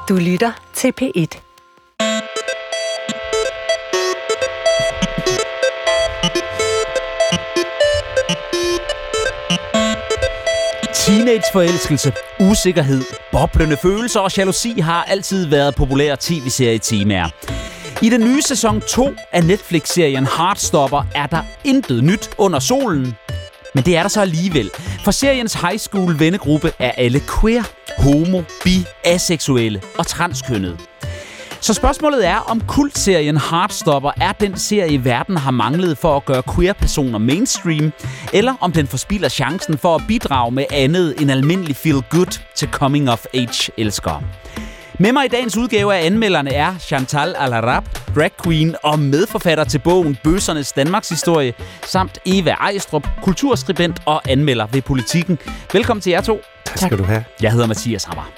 Du lytter til P1. Teenageforelskelse, usikkerhed, boblende følelser og jalousi har altid været populære tv-serietemaer. I den nye sæson 2 af Netflix-serien Heartstopper er der intet nyt under solen. Men det er der så alligevel, for seriens high school vennegruppe er alle queer, homo, bi, aseksuelle og transkønnede. Så spørgsmålet er, om kultserien Heartstopper er den serie, verden har manglet for at gøre queer-personer mainstream, eller om den forspilder chancen for at bidrage med andet end almindelig feel-good til coming-of-age-elskere. Med mig i dagens udgave af anmelderne er Chantal Al-Arab, drag queen og medforfatter til bogen Bøssernes Danmarks Historie, samt Eva Ejstrup, kulturskribent og anmelder ved Politikken. Velkommen til jer to. Tak skal du have. Jeg hedder Mathias Hammer.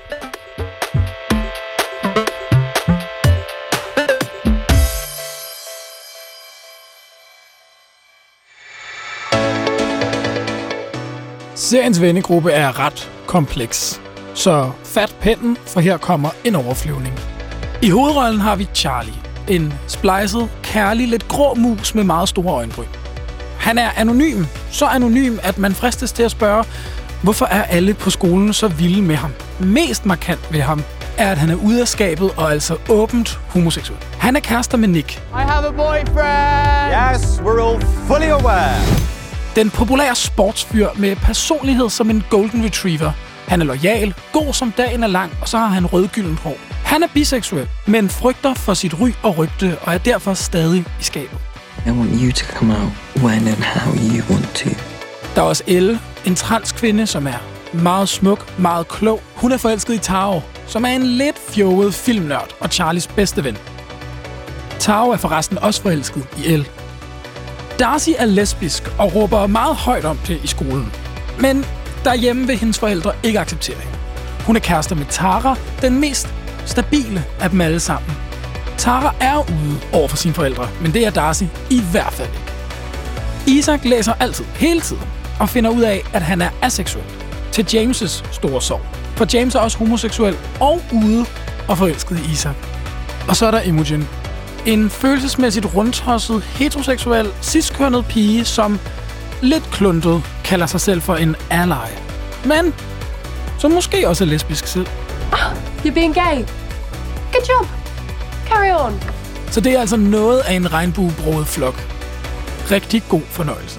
Seriens vennegruppe er ret kompleks, så fat pennen, for her kommer en overflyvning. I hovedrollen har vi Charlie, en splicet, kærlig, lidt grå mus med meget store øjenbryn. Han er anonym, så anonym, at man fristes til at spørge, hvorfor er alle på skolen så vilde med ham? Mest markant ved ham er, at han er ude af skabet og altså åbent homoseksuel. Han er kærester med Nick. I have a boyfriend! Yes, we're all fully aware. Den populære sportsfyr med personlighed som en golden retriever. Han er loyal, god som dagen er lang, og så har han rødgyldent hår. Han er biseksuel, men frygter for sit ry og rygte, og er derfor stadig i skabet. I want you to come out when and how you want to. Der er også Elle, en transkvinde, som er meget smuk, meget klog. Hun er forelsket i Taro, som er en lidt fjollet filmnørd og Charlies bedste ven. Taro er forresten også forelsket i Elle. Darcy er lesbisk og råber meget højt om det i skolen. Men derhjemme vil hendes forældre ikke acceptere hende. Hun er kærester med Tara, den mest stabile af dem alle sammen. Tara er ude over for sine forældre, men det er Darcy i hvert fald ikke. Isaac læser altid, hele tiden, og finder ud af, at han er aseksuel. Til James' store sorg. For James er også homoseksuel og ude og forelsket i Isaac. Og så er der Imogen. En følelsesmæssigt rundtosset, heteroseksuel, cis-kønnet pige, som lidt kluntet kalder sig selv for en ally. Men som måske også er lesbisk selv. You're being gay. Good job. Carry on. Så det er altså noget af en regnbuebroget flok. Rigtig god fornøjelse.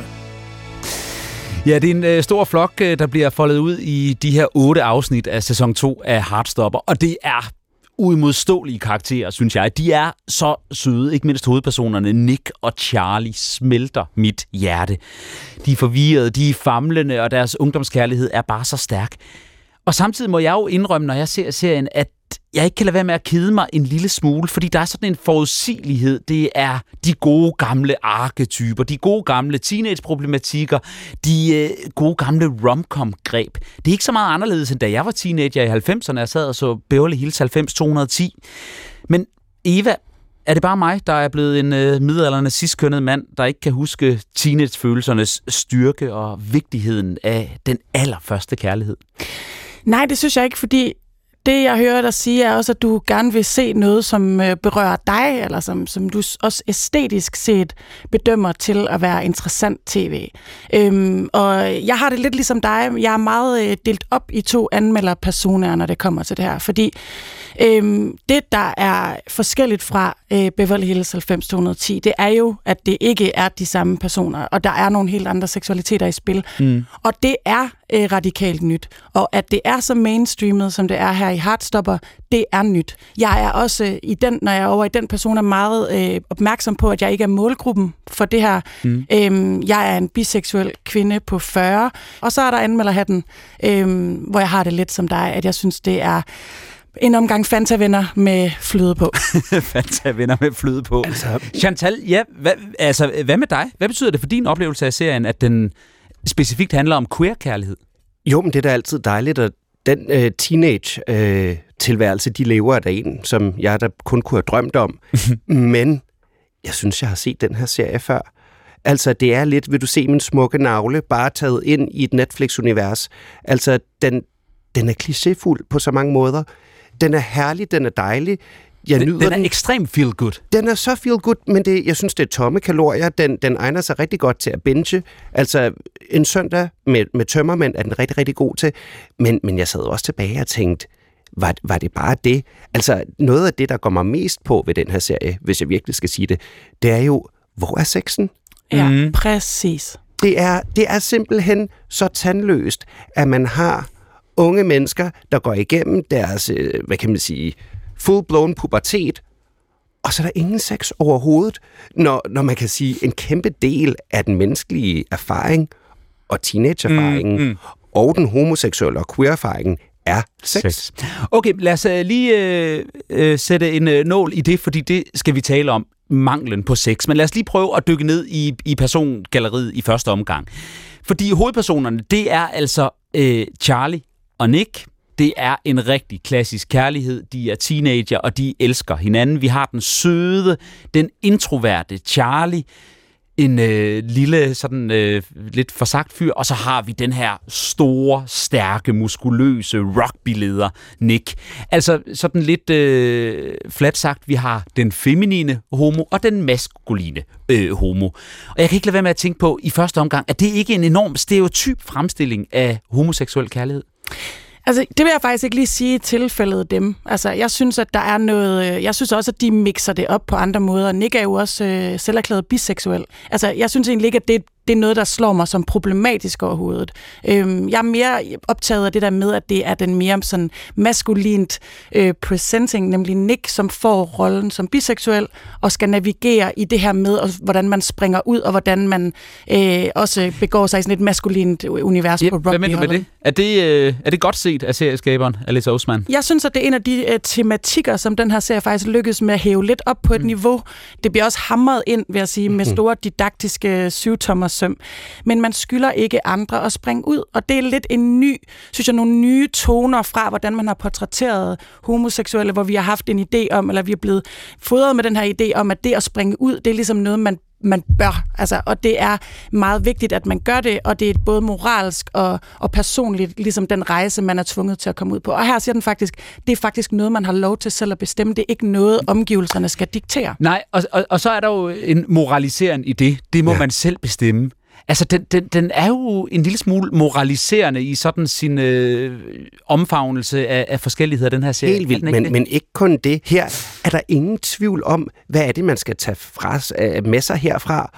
Ja, det er en stor flok, der bliver foldet ud i de her 8 afsnit af sæson 2 af Heartstopper, og det er uimodståelige karakterer, synes jeg. De er så søde, ikke mindst hovedpersonerne Nick og Charlie smelter mit hjerte. De er forvirrede, de er famlende, og deres ungdomskærlighed er bare så stærk. Og samtidig må jeg jo indrømme, når jeg ser serien, at jeg ikke kan lade være med at kede mig en lille smule, fordi der er sådan en forudsigelighed. Det er de gode gamle arketyper, de gode gamle teenageproblematikker, de gode gamle rom-com-greb. Det er ikke så meget anderledes, end da jeg var teenager i 90'erne, jeg sad og så Beverly Hills 90210. Men Eva, er det bare mig, der er blevet en midaldrende cis-kønnet mand, der ikke kan huske teenagefølelsernes styrke og vigtigheden af den allerførste kærlighed? Nej, det synes jeg ikke, fordi det, jeg hører dig sige, er også, at du gerne vil se noget, som berører dig, eller som du også æstetisk set bedømmer til at være interessant tv. Og jeg har det lidt ligesom dig. Jeg er meget delt op i 2 anmelderpersoner, når det kommer til det her. Fordi det, der er forskelligt fra Beverly Hills 90210, det er jo, at det ikke er de samme personer, og der er nogle helt andre seksualiteter i spil. Og det er radikalt nyt. Og at det er så mainstreamet, som det er her i Heartstopper, det er nyt. Jeg er også, når jeg er over i den person, er meget opmærksom på, at jeg ikke er målgruppen for det her. Jeg er en biseksuel kvinde på 40, og så er der anmelderhatten, hvor jeg har det lidt som dig, at jeg synes, det er en omgang Fanta-venner med fløde på. Fanta-venner med fløde på. Altså, Chantal, ja, hvad med dig? Hvad betyder det for din oplevelse af serien, at den specifikt handler om queer-kærlighed? Jo, men det er da altid dejligt, at den teenage-tilværelse, de lever af en, som jeg da kun kunne have drømt om. Men jeg synes, jeg har set den her serie før. Altså, det er lidt, vil du se min smukke navle, bare taget ind i et Netflix-univers. Altså, den er klichéfuld på så mange måder. Den er herlig, den er dejlig. Den er ekstremt feel good. Den er så feel good, men jeg synes, det er tomme kalorier. Den egner sig rigtig godt til at binge. Altså, en søndag med tømmermænd er den rigtig, rigtig god til. Men jeg sad også tilbage og tænkte, var det bare det? Altså, noget af det, der går mig mest på ved den her serie, hvis jeg virkelig skal sige det, det er jo, hvor er sexen? Ja, præcis. Det er simpelthen så tandløst, at man har unge mennesker, der går igennem deres, hvad kan man sige, full-blown pubertet, og så er der ingen sex overhovedet, når man kan sige, en kæmpe del af den menneskelige erfaring og teenageerfaringen og den homoseksuelle og queer-erfaringen er sex. Okay, lad os lige sætte en nål i det, fordi det skal vi tale om, manglen på sex. Men lad os lige prøve at dykke ned i persongalleriet i første omgang. Fordi hovedpersonerne, det er altså Charlie og Nick. Det er en rigtig klassisk kærlighed. De er teenager, og de elsker hinanden. Vi har den søde, den introverte Charlie, en lille, sådan lidt forsagt fyr, og så har vi den her store, stærke, muskuløse rugby-leder, Nick. Altså sådan lidt flat sagt, vi har den feminine homo og den maskuline homo. Og jeg kan ikke lade være med at tænke på i første omgang, at det ikke er en enorm stereotyp fremstilling af homoseksuel kærlighed. Altså, det vil jeg faktisk ikke lige sige i tilfældet dem. Altså, jeg synes, at der er noget... Jeg synes også, at de mixer det op på andre måder. Nick er jo også selverklæret biseksuel. Altså, jeg synes egentlig ikke, at det er noget, der slår mig som problematisk overhovedet. Jeg er mere optaget af det der med, at det er den mere sådan maskulint presenting, nemlig Nick, som får rollen som biseksuel, og skal navigere i det her med, hvordan man springer ud, og hvordan man også begår sig i sådan et maskulint univers på rugby. Hvad mener du med det? Er det godt set af serieskaberen, Alice Oseman? Jeg synes, at det er en af de tematikker, som den her serie faktisk lykkes med at hæve lidt op på et niveau. Det bliver også hamret ind, vil jeg sige, med store didaktiske 7-tommer søm. Men man skylder ikke andre at springe ud, og det er lidt en ny, synes jeg, nogle nye toner fra, hvordan man har portrætteret homoseksuelle, hvor vi har haft en idé om, eller vi er blevet fodret med den her idé om, at det at springe ud, det er ligesom noget, man bør. Altså, og det er meget vigtigt, at man gør det, og det er både moralsk og personligt, ligesom den rejse, man er tvunget til at komme ud på. Og her siger den faktisk, det er faktisk noget, man har lov til selv at bestemme. Det er ikke noget, omgivelserne skal diktere. Nej, og så er der jo en moralisering i det. Det må man selv bestemme. Altså, den er jo en lille smule moraliserende i sådan sin omfavnelse af forskelligheder, den her serie. Helt vildt, men ikke kun det. Her er der ingen tvivl om, hvad er det, man skal tage med sig herfra.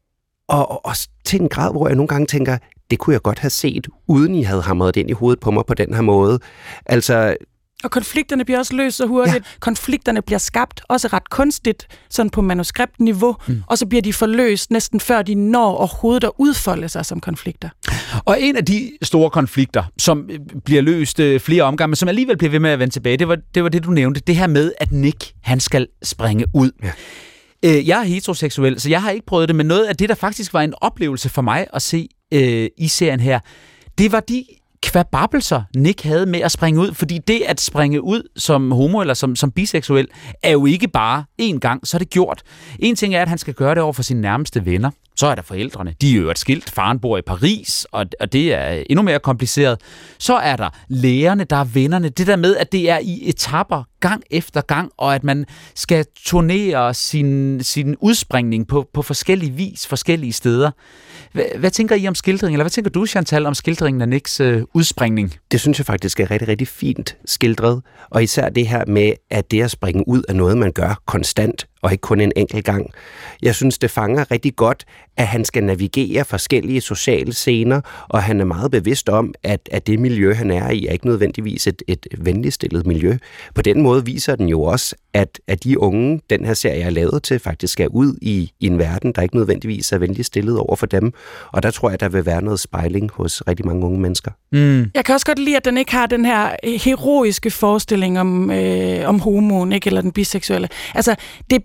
Og også til en grad, hvor jeg nogle gange tænker, det kunne jeg godt have set, uden I havde hamret det ind i hovedet på mig på den her måde. Altså... Og konflikterne bliver også løst så hurtigt. Ja. Konflikterne bliver skabt også ret kunstigt, sådan på manuskriptniveau, og så bliver de forløst næsten før de når overhovedet at udfolde sig som konflikter. Og en af de store konflikter, som bliver løst flere omgange, men som alligevel bliver ved med at vende tilbage, det var det, du nævnte. Det her med, at Nick, han skal springe ud. Ja. Jeg er heteroseksuel, så jeg har ikke prøvet det, men noget af det, der faktisk var en oplevelse for mig at se i serien her, det var de kvababelser, Nick havde med at springe ud, fordi det at springe ud som homo eller som biseksuel, er jo ikke bare én gang, så er det gjort. En ting er, at han skal gøre det over for sine nærmeste venner. Så er der forældrene. De er jo et skilt. Faren bor i Paris, og det er endnu mere kompliceret. Så er der lærerne, der er vennerne. Det der med, at det er i etapper, gang efter gang, og at man skal turnere sin udspringning på forskellige vis, forskellige steder. Hvad tænker I om skildringen, eller hvad tænker du, Chantal, om skildringen af Nicks udspringning? Det synes jeg faktisk er rigtig, rigtig fint skildret, og især det her med, at det at springe ud er noget, man gør konstant, og ikke kun en enkelt gang. Jeg synes, det fanger rigtig godt, at han skal navigere forskellige sociale scener, og han er meget bevidst om, at det miljø, han er i, er ikke nødvendigvis et venligstillet miljø. På den måde viser den jo også, at de unge, den her serie er lavet til, faktisk skal ud i en verden, der ikke nødvendigvis er venligstillet over for dem. Og der tror jeg, der vil være noget spejling hos rigtig mange unge mennesker. Jeg kan også godt lide, at den ikke har den her heroiske forestilling om homoen, ikke, eller den biseksuelle. Altså, det bliver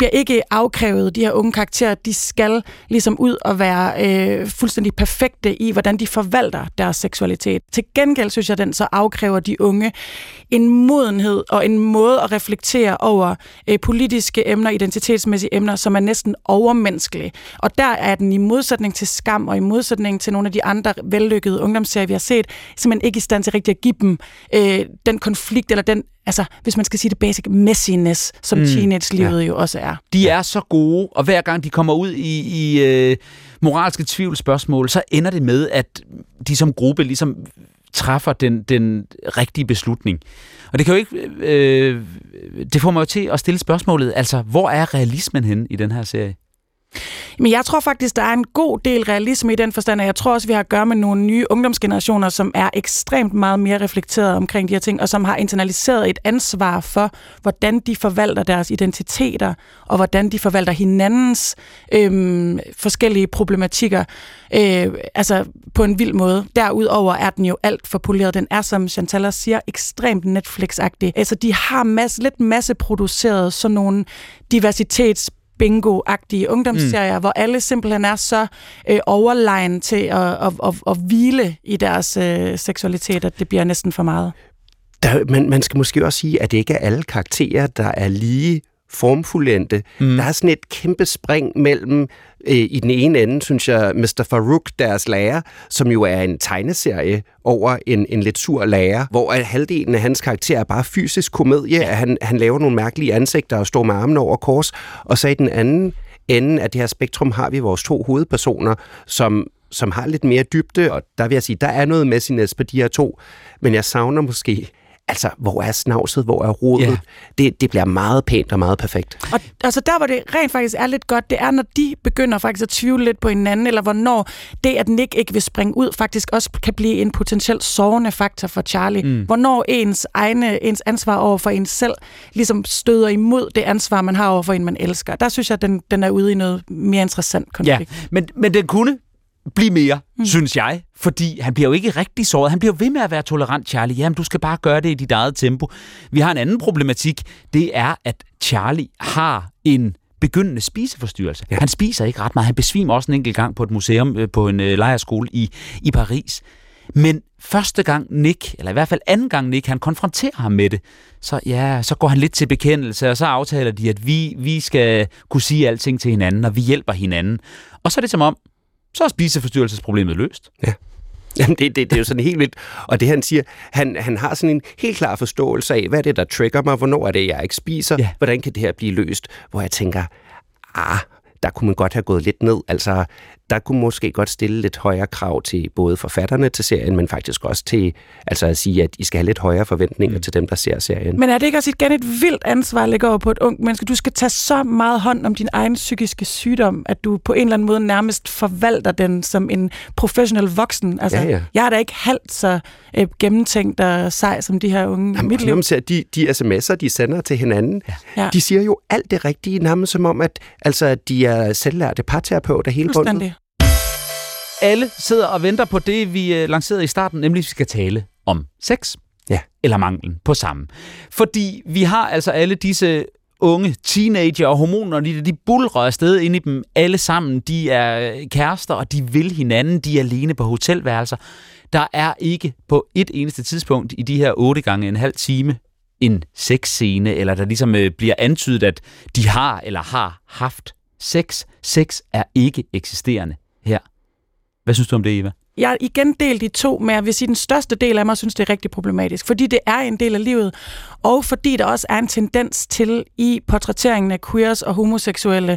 bliver ikke afkrævet, de her unge karakterer, de skal ligesom ud og være fuldstændig perfekte i, hvordan de forvalter deres seksualitet. Til gengæld synes jeg, den så afkræver de unge en modenhed og en måde at reflektere over politiske emner, identitetsmæssige emner, som er næsten overmenneskelige. Og der er den i modsætning til Skam og i modsætning til nogle af de andre vellykkede ungdomsserier, vi har set, simpelthen ikke i stand til rigtig at give dem den konflikt, eller den, altså hvis man skal sige det basic, messiness, som teenage-livet jo også er. De er så gode, og hver gang de kommer ud i moralske tvivlsspørgsmål, så ender det med, at de som gruppe ligesom træffer den rigtige beslutning. Og det kan jo ikke... det får mig jo til at stille spørgsmålet, altså, hvor er realismen henne i den her serie? Men jeg tror faktisk, der er en god del realisme i den forstand, og jeg tror også, vi har at gøre med nogle nye ungdomsgenerationer, som er ekstremt meget mere reflekteret omkring de her ting, og som har internaliseret et ansvar for, hvordan de forvalter deres identiteter, og hvordan de forvalter hinandens forskellige problematikker, altså på en vild måde. Derudover er den jo alt for poleret. Den er, som Chantal også siger, ekstremt Netflix-agtig. Altså, de har lidt masseproduceret sådan nogle bingo-agtige ungdomsserier, hvor alle simpelthen er så overlegen til at hvile i deres seksualitet, at det bliver næsten for meget. Man skal måske også sige, at det ikke er alle karakterer, der er lige formfuldendte. Der er sådan et kæmpe spring mellem, i den ene ende, synes jeg, Mr. Farouk, deres lærer, som jo er en tegneserie over en lidt sur lærer, hvor halvdelen af hans karakter er bare fysisk komedie, at han laver nogle mærkelige ansigter og står med armene over kors, og så i den anden ende af det her spektrum har vi vores to hovedpersoner, som har lidt mere dybde, og der vil jeg sige, der er noget messiness på de her to, men jeg savner måske, altså, hvor er snavset, hvor er rodet? Yeah. Det bliver meget pænt og meget perfekt. Og altså, der hvor det rent faktisk er lidt godt, det er, når de begynder faktisk at tvivle lidt på hinanden, eller hvornår det, at Nick ikke vil springe ud, faktisk også kan blive en potentielt sårende faktor for Charlie. Hvornår ens ansvar over for en selv ligesom støder imod det ansvar, man har over for en, man elsker. Der synes jeg, at den er ude i noget mere interessant konflikt. Ja, men den kunne blive mere, synes jeg, fordi han bliver jo ikke rigtig såret. Han bliver ved med at være tolerant, Charlie. Jamen, du skal bare gøre det i dit eget tempo. Vi har en anden problematik. Det er, at Charlie har en begyndende spiseforstyrrelse. Ja. Han spiser ikke ret meget. Han besvimer også en enkelt gang på et museum på en lejrskole i Paris. Men første gang Nick, eller i hvert fald anden gang Nick, han konfronterer ham med det, så går han lidt til bekendelse, og så aftaler de, at vi skal kunne sige alting til hinanden, og vi hjælper hinanden. Og så er det som om, så er spiseforstyrrelsesproblemet løst. Ja. Jamen, det er jo sådan helt vildt. Og det han siger, han har sådan en helt klar forståelse af, hvad er det, der trigger mig, hvornår er det, jeg ikke spiser, hvordan kan det her blive løst, hvor jeg tænker, der kunne man godt have gået lidt ned. Altså, der kunne måske godt stille lidt højere krav til både forfatterne til serien, men faktisk også til altså at sige, at I skal have lidt højere forventninger til dem, der ser serien. Men er det ikke også igen et vildt ansvar, at lægge over på et ungt menneske? Du skal tage så meget hånd om din egen psykiske sygdom, at du på en eller anden måde nærmest forvalter den som en professionel voksen. Altså, jeg er da ikke halvt så gennemtænkt og sej som de her unge. Jamen, mit liv. De sms'er, de sender til hinanden, de siger jo alt det rigtige, nærmest som om, at de er selvlærte parterapeuter hele bunden. Alle sidder og venter på det, vi lancerede i starten, nemlig at vi skal tale om sex. Ja. Eller manglen på samme. Fordi vi har altså alle disse unge teenager og hormonerne, de bulrer afsted ind i dem alle sammen. De er kærester, og de vil hinanden. De er alene på hotelværelser. Der er ikke på et eneste tidspunkt i de her 8 gange en halv time en sexscene, eller der ligesom bliver antydet, at de har eller har haft sex. Sex er ikke eksisterende her. Hvad synes du om det, Eva? Jeg er igen delt i to, men jeg vil sige, at den største del af mig synes, det er rigtig problematisk, fordi det er en del af livet, og fordi der også er en tendens til i portrætteringen af queers og homoseksuelle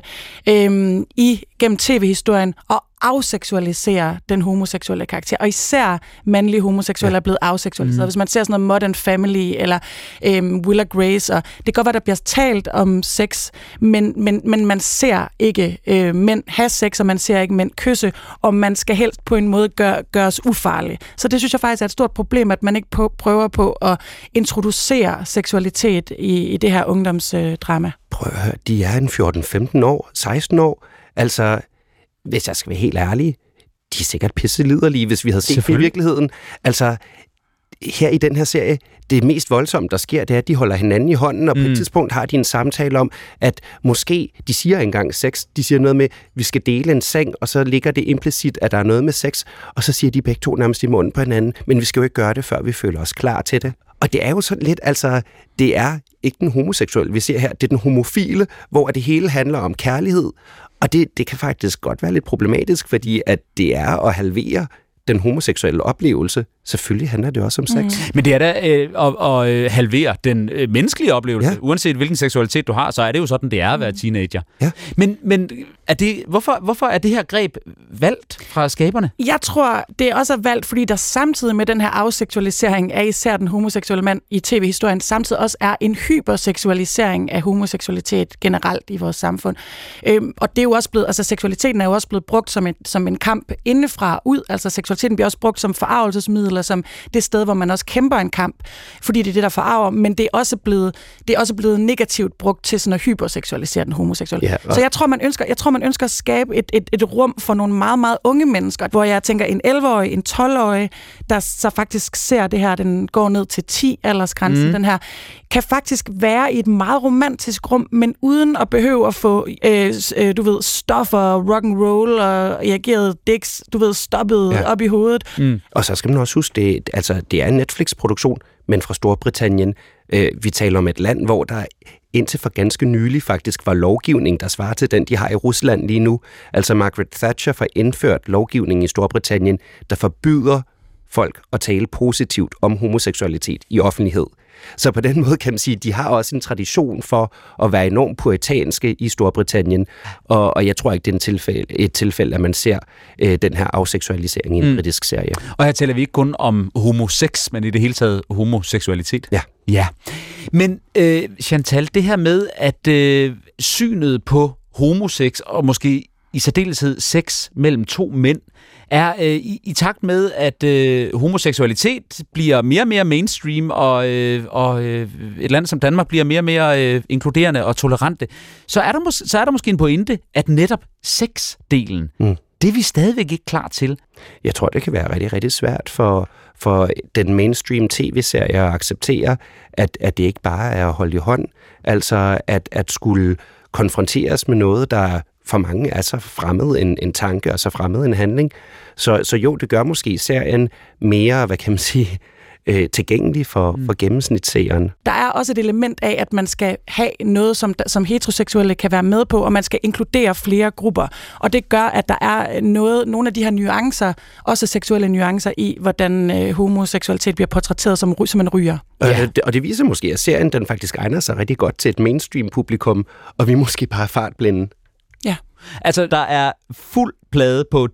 gennem tv-historien at afseksualisere den homoseksuelle karakter, og især mandlige homoseksuelle er blevet afseksualiseret. Hvis man ser sådan noget Modern Family eller Will og Grace, og det kan godt være, der bliver talt om sex, men man ser ikke mænd have sex, og man ser ikke mænd kysse, og man skal helst på en måde gøres ufarlig. Så det synes jeg faktisk er et stort problem, at man ikke prøver på at introducere seksualitet i det her ungdomsdrama. Prøv at høre, de er en 14-15 år, 16 år, altså hvis jeg skal være helt ærlig, de er sikkert pisseliderlige, hvis vi havde set det i virkeligheden. Altså, her i den her serie, det mest voldsomme, der sker, det er, at de holder hinanden i hånden, og på et tidspunkt har de en samtale om, at måske, de siger engang sex, de siger noget med, vi skal dele en seng, og så ligger det implicit, at der er noget med sex, og så siger de begge to nærmest i munden på hinanden, men vi skal jo ikke gøre det, før vi føler os klar til det. Og det er jo sådan lidt, altså, det er ikke den homoseksuelle, vi ser her, det er den homofile, hvor det hele handler om kærlighed, og det kan faktisk godt være lidt problematisk, fordi at det er at halvere den homoseksuelle oplevelse. Selvfølgelig handler det også om sex. Men det er da at halvere den menneskelige oplevelse. Ja. Uanset hvilken seksualitet du har, så er det jo sådan, det er at være teenager. Ja. Men er det, hvorfor er det her greb valgt fra skaberne? Jeg tror, det er også valgt, fordi der samtidig med den her afseksualisering af især den homoseksuelle mand i tv-historien, samtidig også er en hyperseksualisering af homoseksualitet generelt i vores samfund. Og det er jo også blevet, altså seksualiteten er jo også blevet brugt som en kamp indefra ud. Altså seksualiteten bliver også brugt som forargelsesmiddel, og som det sted, hvor man også kæmper en kamp, fordi det er det, der forarger, men det er også blevet negativt brugt til sådan at hyperseksualisere den homoseksuelle. Ja, så jeg tror, man ønsker at skabe et rum for nogle meget, meget unge mennesker, hvor jeg tænker, en 11-årig, en 12-årig, der så faktisk ser det her, den går ned til 10 aldersgrænsen, den her, kan faktisk være i et meget romantisk rum, men uden at behøve at få, stoffer, rock and roll og reageret dicks, stoppet op i hovedet. Og så skal man også huske, det er en Netflix-produktion, men fra Storbritannien. Vi taler om et land, hvor der indtil for ganske nylig faktisk var lovgivning, der svarer til den, de har i Rusland lige nu. Altså Margaret Thatcher får indført lovgivning i Storbritannien, der forbyder folk at tale positivt om homoseksualitet i offentlighed. Så på den måde kan man sige, at de har også en tradition for at være enormt puritanske i Storbritannien, og jeg tror ikke, det er et tilfælde, at man ser den her afseksualisering i en britisk serie. Og her taler vi ikke kun om homosex, men i det hele taget homoseksualitet. Ja. Men Chantal, det her med, at synet på homosex, og måske i særdeleshed sex mellem to mænd, er i takt med, at homoseksualitet bliver mere og mere mainstream, og et land som Danmark bliver mere og mere inkluderende og tolerante, så er der måske en pointe, at netop sexdelen, det er vi stadigvæk ikke klar til. Jeg tror, det kan være rigtig, rigtig svært for den mainstream tv-serie at acceptere, at det ikke bare er at holde i hånd. Altså, at skulle konfronteres med noget, der for mange er så fremmed en tanke og så fremmed en handling. Så jo, det gør måske serien mere, hvad kan man sige, tilgængelig for gennemsnitsseeren. Der er også et element af, at man skal have noget, som heteroseksuelle kan være med på, og man skal inkludere flere grupper. Og det gør, at der er nogle af de her nuancer, også seksuelle nuancer i, hvordan homoseksualitet bliver portrætteret som en ryger. Og det viser måske, at serien den faktisk egner sig rigtig godt til et mainstream-publikum, og vi måske bare er fartblinde. Ja. Altså, der er fuld plade på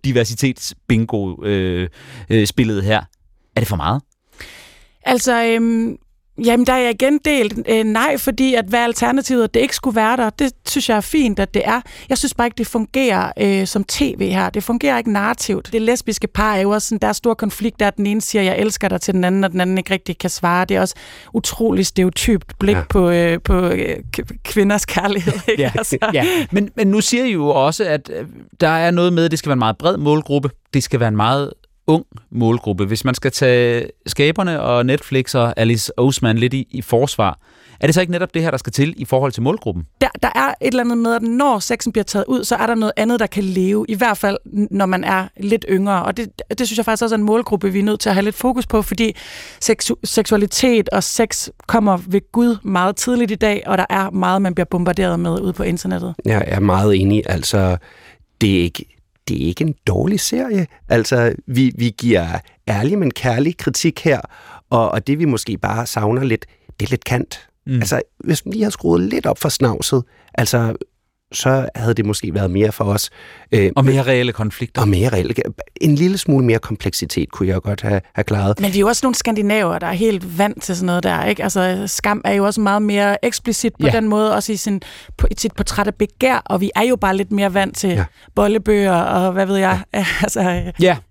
diversitetsbingo-spillet her. Er det for meget? Altså, jamen, der er igen delt nej, fordi at hvad alternativet, at det ikke skulle være der, det synes jeg er fint, at det er. Jeg synes bare ikke, det fungerer som tv her. Det fungerer ikke narrativt. Det lesbiske par er jo også sådan, der er stor konflikt, at den ene siger, jeg elsker dig til den anden, og den anden ikke rigtig kan svare. Det er også utroligt stereotypt blik på kvinders kærlighed. Ikke? Ja. Altså. Ja. Men nu siger I jo også, at der er noget med, at det skal være en meget bred målgruppe. Det skal være en meget ung målgruppe. Hvis man skal tage skaberne og Netflix og Alice Oseman lidt i forsvar, er det så ikke netop det her, der skal til i forhold til målgruppen? Der er et eller andet med, at når sexen bliver taget ud, så er der noget andet, der kan leve. I hvert fald, når man er lidt yngre. Og det synes jeg faktisk også er en målgruppe, vi er nødt til at have lidt fokus på, fordi seksualitet og sex kommer ved Gud meget tidligt i dag, og der er meget, man bliver bombarderet med ude på internettet. Jeg er meget enig. Altså, det er ikke en dårlig serie. Altså, vi giver ærlig, men kærlig kritik her, og det vi måske bare savner lidt, det er lidt kant. Altså, hvis vi lige har skruet lidt op for snavset, altså, så havde det måske været mere for os. Og mere reelle konflikter. Og mere reelle. En lille smule mere kompleksitet kunne jeg godt have klaret. Men vi er jo også nogle skandinaver, der er helt vant til sådan noget der, ikke? Altså, skam er jo også meget mere eksplicit på den måde, også i sit portræt af begær, og vi er jo bare lidt mere vant til bollebøger, og hvad ved jeg. Altså,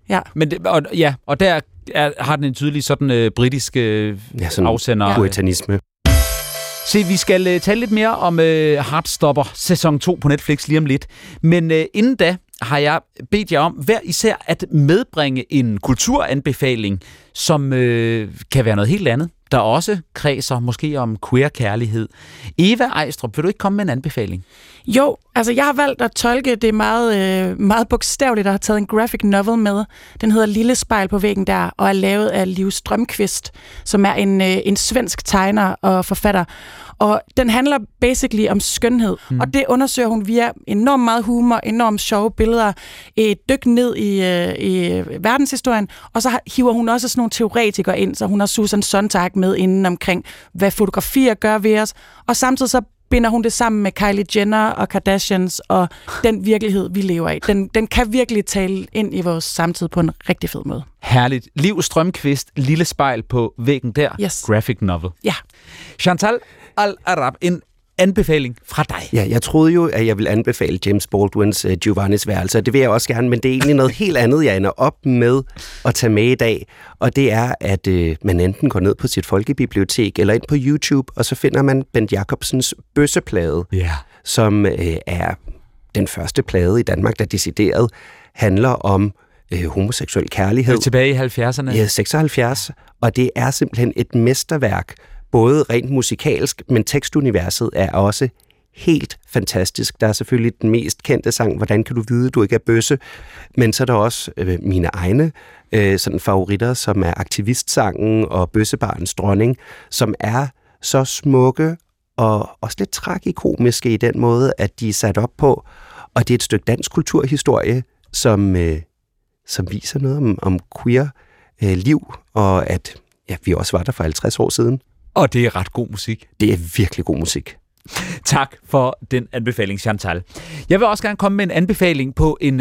og der har den en tydelig sådan britisk afsender. Puritanisme. Se, vi skal tale lidt mere om Heartstopper sæson 2 på Netflix lige om lidt. Men inden da, har jeg bedt jer om hver især at medbringe en kulturanbefaling, som kan være noget helt andet, der også kredser måske om queer-kærlighed. Eva Ejstrup, vil du ikke komme med en anbefaling? Jo, altså jeg har valgt at tolke det meget bogstaveligt, og har taget en graphic novel med. Den hedder Lille spejl på væggen der, og er lavet af Liv Strømquist, som er en svensk tegner og forfatter. Og den handler basically om skønhed, og det undersøger hun via enormt meget humor, enormt sjove billeder, et dyk ned i verdenshistorien, og så hiver hun også sådan nogle teoretikere ind, så hun har Susan Sontag med inden omkring, hvad fotografier gør ved os, og samtidig så binder hun det sammen med Kylie Jenner og Kardashians og den virkelighed, vi lever i. Den kan virkelig tale ind i vores samtid på en rigtig fed måde. Herligt. Liv Strømquist, Lille spejl på væggen der. Yes. Graphic novel. Ja. Chantal Al-Arab, en anbefaling fra dig. Ja, jeg troede jo, at jeg ville anbefale James Baldwins Giovannis værelse, og det vil jeg også gerne, men det er egentlig noget helt andet, jeg ender op med at tage med i dag, og det er, at man enten går ned på sit folkebibliotek eller ind på YouTube, og så finder man Bent Jacobsens Bøsseplade, som er den første plade i Danmark, der decideret handler om homoseksuel kærlighed. Tilbage i 70'erne? Ja, 76, og det er simpelthen et mesterværk, både rent musikalsk, men tekstuniverset er også helt fantastisk. Der er selvfølgelig den mest kendte sang, Hvordan kan du vide, du ikke er bøsse? Men så er der også mine egne sådan favoritter, som er Aktivistsangen og Bøssebarens dronning, som er så smukke og også lidt tragikomiske i den måde, at de er sat op på. Og det er et stykke dansk kulturhistorie, som viser noget om queer liv, og at vi også var der for 50 år siden. Og det er ret god musik. Det er virkelig god musik. Tak for den anbefaling, Chantal. Jeg vil også gerne komme med en anbefaling på en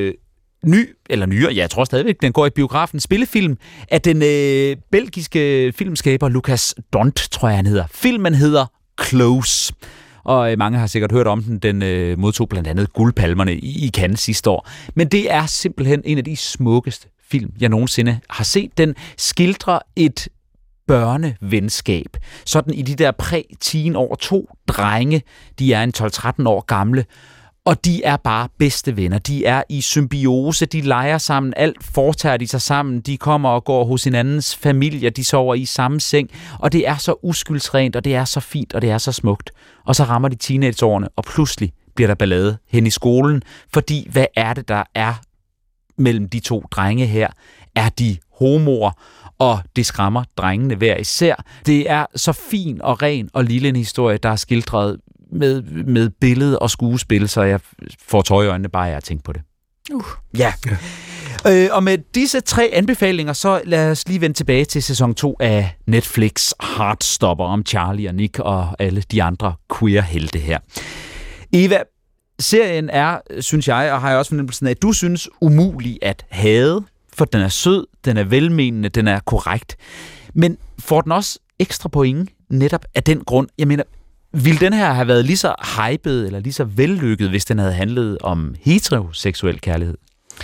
nyere, jeg tror stadigvæk, den går i biografen, spillefilm af den belgiske filmskaber Lucas Dont, tror jeg han hedder. Filmen hedder Close. Og mange har sikkert hørt om den. Den modtog blandt andet guldpalmerne i Cannes sidste år. Men det er simpelthen en af de smukkeste film, jeg nogensinde har set. Den skildrer et børnevenskab. Sådan i de der præ-teen år. 2 drenge, de er en 12-13 år gamle, og de er bare bedste venner. De er i symbiose, de leger sammen, alt foretager de sig sammen, de kommer og går hos hinandens familie, de sover i samme seng, og det er så uskyldsrent, og det er så fint, og det er så smukt. Og så rammer de teenageårene, og pludselig bliver der ballade hen i skolen, fordi hvad er det, der er mellem de 2 drenge her? Er de homoer? Og det skræmmer drengene hver især. Det er så fin og ren og lille en historie, der er skildret med billede og skuespil, så jeg får tøj i øjnene bare af at tænke på det. Ja. Og med disse 3 anbefalinger, så lad os lige vende tilbage til sæson 2 af Netflix Heartstopper om Charlie og Nick og alle de andre queer-helte her. Eva, serien er, synes jeg, og har jeg også fornemmelsen af, at du synes umulig at hade, for den er sød, den er velmenende, den er korrekt. Men får den også ekstra point netop af den grund? Jeg mener, ville den her have været lige så hyped eller lige så vellykket, hvis den havde handlet om heteroseksuel kærlighed?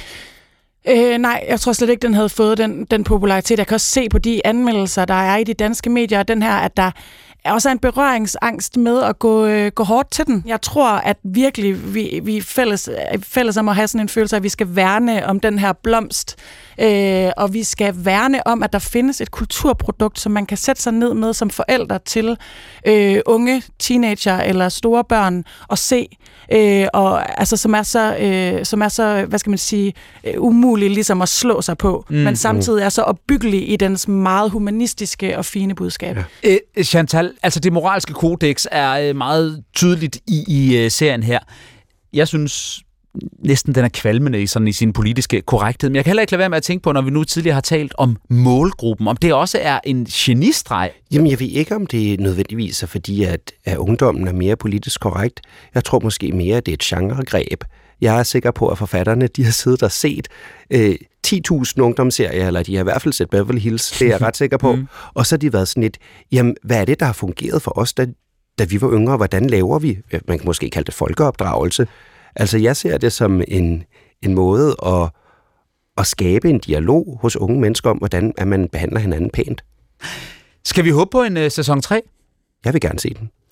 Nej, jeg tror slet ikke, den havde fået den popularitet. Jeg kan også se på de anmeldelser, der er i de danske medier, den her, at der er også en berøringsangst med at gå hårdt til den. Jeg tror, at virkelig vi er fælles om at have sådan en følelse af, at vi skal værne om den her blomst, og vi skal værne om, at der findes et kulturprodukt, som man kan sætte sig ned med som forældre til unge teenager eller store børn og se, og altså som er så hvad skal man sige, umuligt ligesom at slå sig på, men samtidig er så opbyggelig i dens meget humanistiske og fine budskab. Ja. Chantal, altså det moralske kodex er meget tydeligt i serien her. Jeg synes næsten den er kvalmende i sin politiske korrekthed, men jeg kan heller ikke lade være med at tænke på, når vi nu tidligere har talt om målgruppen, om det også er en genistreg. Jamen, jeg ved ikke, om det nødvendigvis er fordi, at ungdommen er mere politisk korrekt. Jeg tror måske mere, at det er et genregreb. Jeg er sikker på, at forfatterne, de har siddet og set 10.000 ungdomsserier, eller de har i hvert fald set Beverly Hills, det er jeg ret sikker på. Og så har de været sådan lidt, jamen, hvad er det, der har fungeret for os, da vi var yngre? Hvordan laver vi? Man kan måske kalde det folkeopdragelse. Altså, jeg ser det som en måde at skabe en dialog hos unge mennesker om, hvordan man behandler hinanden pænt. Skal vi håbe på en sæson 3? Jeg vil gerne se den.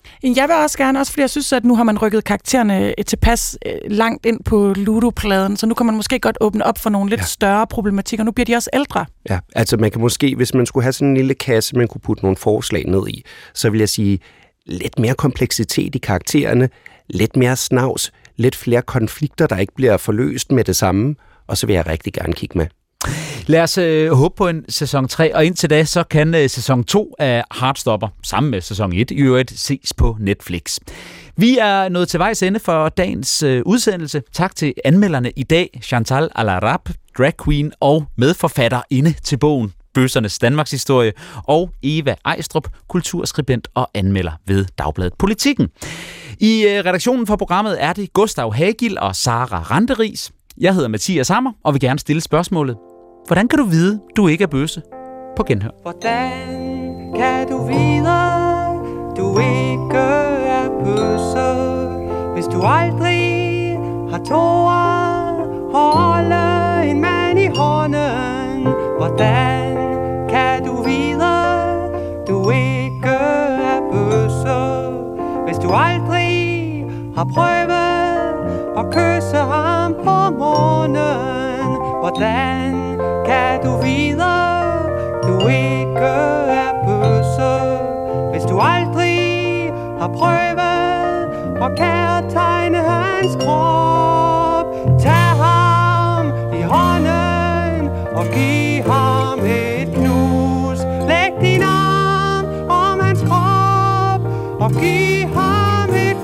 Jeg vil også gerne, også fordi jeg synes, at nu har man rykket karaktererne tilpas langt ind på Ludo-pladen, så nu kan man måske godt åbne op for nogle lidt større problematikker. Nu bliver de også ældre. Ja, altså man kan måske, hvis man skulle have sådan en lille kasse, man kunne putte nogle forslag ned i, så vil jeg sige lidt mere kompleksitet i karaktererne, lidt mere snavs, lidt flere konflikter, der ikke bliver forløst med det samme, og så vil jeg rigtig gerne kigge med. Lad os håbe på en sæson 3, og indtil da, så kan sæson 2 af Heartstopper, sammen med sæson 1, i øvrigt ses på Netflix. Vi er nået til vejs ende for dagens udsendelse. Tak til anmelderne i dag, Chantal Alarab, drag queen og medforfatterinde til bogen Bøssernes Danmarkshistorie, og Eva Ejstrup, kulturskribent og anmelder ved Dagbladet Politikken. I redaktionen for programmet er det Gustav Hagil og Sara Randeris. Jeg hedder Mathias Hammer, og vil gerne stille spørgsmålet: hvordan kan du vide, du ikke er bøsse? På genhør. Hvordan kan du vide, du ikke er bøsse, hvis du aldrig har tåret holde en mand i hånden? Hvordan kan du vide, du ikke er bøsse, hvis du aldrig har prøvet at kysse ham på morgenen? Hvordan kan du vide, du ikke er bøsse, hvis du aldrig har prøvet at kærtegne hans krop? Tag ham i hånden og giv ham et knus. Læg din arm om hans krop og giv ham et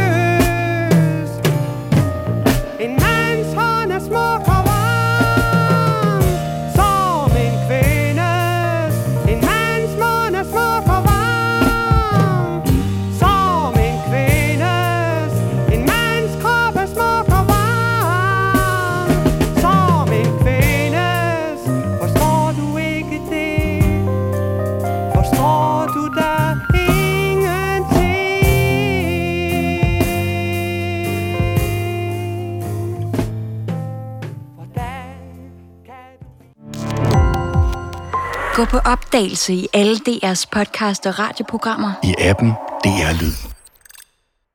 kys. En mands hånd er smuk og varm som en kvindes. En mands mund er smuk og varm som en kvindes. En mands krop er smuk og varm som en kvindes. Forstår du ikke det? Forstår du da ingenting? Gå på opdagelse i alle DR's podcast og radioprogrammer. I appen DR Lyd.